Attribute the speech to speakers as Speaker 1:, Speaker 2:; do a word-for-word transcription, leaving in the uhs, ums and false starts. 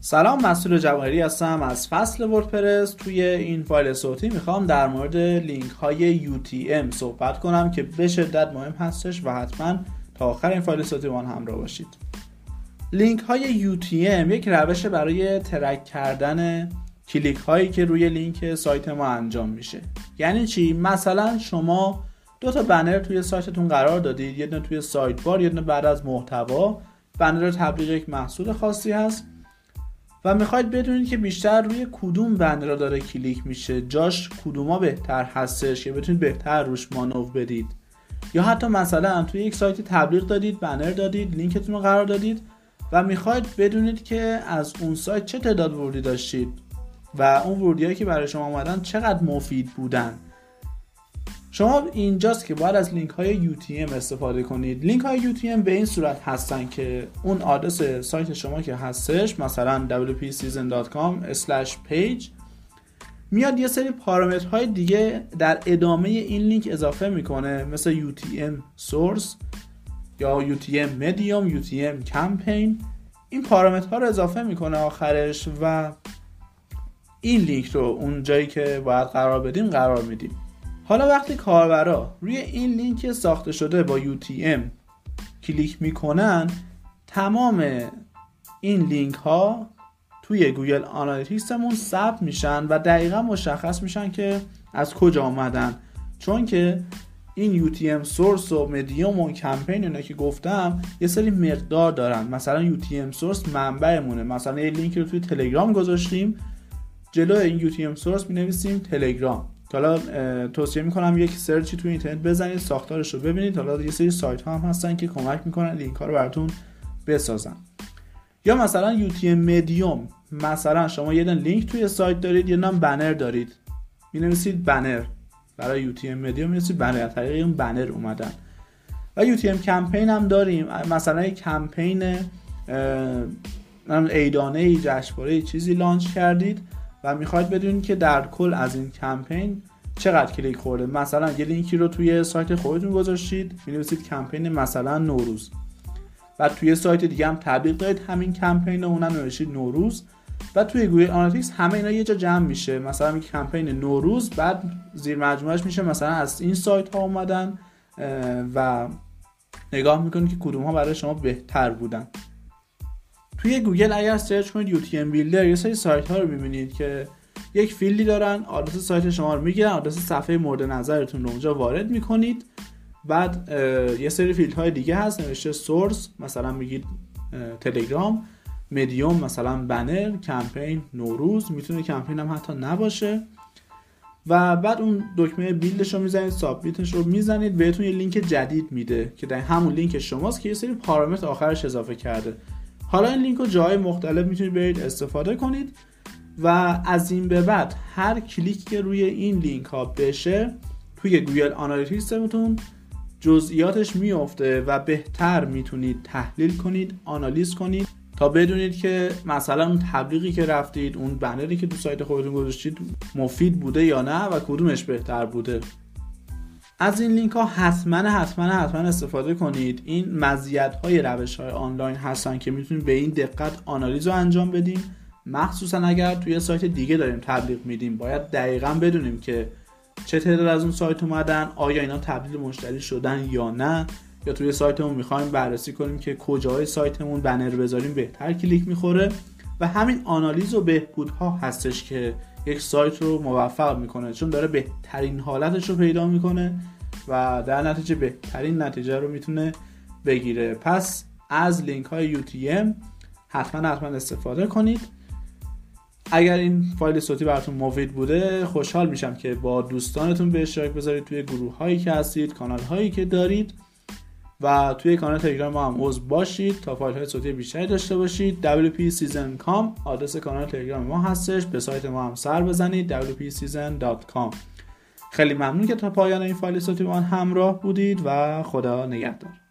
Speaker 1: سلام، مسئول جواهری هستم از فصل وردپرس. توی این فایل صوتی میخوام در مورد لینک های یو تی ام صحبت کنم که به شدت مهم هستش و حتما تا آخر این فایل صوتی با من همراه باشید. لینک های یو تی ام یک روش برای ترک کردن کلیک هایی که روی لینک سایت ما انجام میشه. یعنی چی؟ مثلا شما دو تا بنر توی سایتتون قرار دادید، یه دونه توی سایت بار، یه دونه بعد از محتوا. بنر تبلیغ یک محصول خاصی هست و میخواید بدونید که بیشتر روی کدوم بنر داره کلیک میشه، جاش کدوما بهتر هستش که بتونید بهتر روش مانور بدید. یا حتی مثلا توی یک سایت تبلیغ دادید، بنر دادید، لینکتون رو قرار دادید و میخواید بدونید که از اون سایت چه تعداد ورودی داشتید و اون ورودیایی که برای شما اومدن چقدر مفید بودن. شما اینجاست که باید از لینک های یو تی ام استفاده کنید. لینک های یو تی ام به این صورت هستن که اون آدرس سایت شما که هستش، مثلا دبلیو پی سیزن دات کام اسلش پیج، میاد یه سری پارامترهای دیگه در ادامه این لینک اضافه میکنه، مثل یو تی ام سورس یا یو تی ام مدیوم، یو تی ام کمپین. این پارامترها رو اضافه میکنه آخرش و این لینک رو اون جایی که باید قرار بدیم قرار میدیم. حالا وقتی کاربرا روی این لینک ساخته شده با یو تی ام کلیک میکنن، تمام این لینک ها توی گوگل آنالیتیکسمون ثبت میشن و دقیقا مشخص میشن که از کجا آمدن، چون که این یو تی ام سورس و مدیوم و کمپین اینا که گفتم یه سری مقدار دارن. مثلا یو تی ام سورس منبعمونه، مثلا یه لینک رو توی تلگرام گذاشتیم، جلو این یو تی ام سورس مینویسیم تلگرام. حالا توصیه میکنم یک سرچی توی اینترنت بزنید، ساختارش رو ببینید. حالا یه سری سایت ها هم هستن که کمک میکنن لینک ها رو براتون بسازن. یا مثلا یو تی ام مدیوم، مثلا شما یه دونه لینک توی سایت دارید، یه دونه بنر دارید، مینویسید بنر. برای یو تی ام مدیوم مینویسید بنر، از طریق اون بنر اومدن. و یو تی ام کمپین هم داریم، مثلا یک کمپین عیدانه، جشنواره، چیزی لانچ کردید و میخواید بدونید که در کل از این کمپین چقدر کلیک خورده. مثلا یه لینکی رو توی سایت خودتون گذاشتید، می‌نویسید کمپین مثلا نوروز، و توی سایت دیگه هم تبلیغ دارید همین کمپین رو، اونم نوشتید نوروز، و توی گوگل آنالیتیکس همه اینا یه جا جمع میشه. مثلا میگه کمپین نوروز، بعد زیر مجموعش میشه مثلا از این سایت ها اومدن و نگاه میکنید که کدوم ها برای شما بهتر بودن. توی گوگل اگر سرچ کنید یو تی ام بیلدر، یه سری سایت ها رو می‌بینید که یک فیلدی دارن، آدرس سایت شما رو میگیرن، آدرس صفحه مورد نظرتون رو اونجا وارد میکنید. بعد یه سری فیلدهای دیگه هست نوشته سورس، مثلا میگید تلگرام، مدیوم مثلا بنر، کمپین نوروز، میتونه کمپین هم حتی نباشه. و بعد اون دکمه بیلدش رو میزنید، سابمیتش رو میزنید، بهتون یه لینک جدید میده که در همون لینک شماست که یه سری پارامتر آخرش اضافه کرده. حالا این لینک رو جای مختلف میتونید برید استفاده کنید و از این به بعد هر کلیک که روی این لینک ها بشه توی گوگل آنالیتیکستون جزئیاتش میفته و بهتر میتونید تحلیل کنید، آنالیز کنید تا بدونید که مثلا اون تبلیغی که رفتید، اون بنری که تو سایت خودتون گذاشتید مفید بوده یا نه و کدومش بهتر بوده. از این لینک ها حتما حتما حتما استفاده کنید. این مزیت های روش های آنلاین هستن که میتونید به این دقت آنالیز رو انجام بدیم. مخصوصا اگر توی سایت دیگه داریم تبلیغ میدیم، باید دقیقاً بدونیم که چه تعداد از اون سایت اومدن، آیا اینا تبدیل مشتری شدن یا نه. یا توی سایتمون میخوایم بررسی کنیم که کجاهای سایتمون بنر بذاریم بهتر کلیک میخوره. و همین آنالیز و بهبودها هستش که یک سایت رو موفق میکنه، چون داره بهترین حالتش رو پیدا میکنه و در نتیجه بهترین نتیجه رو میتونه بگیره. پس از لینک های یو تی ام حتما حتما استفاده کنید. اگر این فایل صوتی براتون مفید بوده، خوشحال میشم که با دوستانتون به اشتراک بذارید توی گروه هایی که هستید، کانال هایی که دارید، و توی کانال تلگرام ما هم عضو باشید تا فایل های صوتی بیشتری داشته باشید. دبلیو پی سیزن دات کام آدرس کانال تلگرام ما هستش. به سایت ما هم سر بزنید دبلیو پی سیزن دات کام. خیلی ممنون که تا پایان این فایل صوتی با من همراه بودید و خدا نگهدار.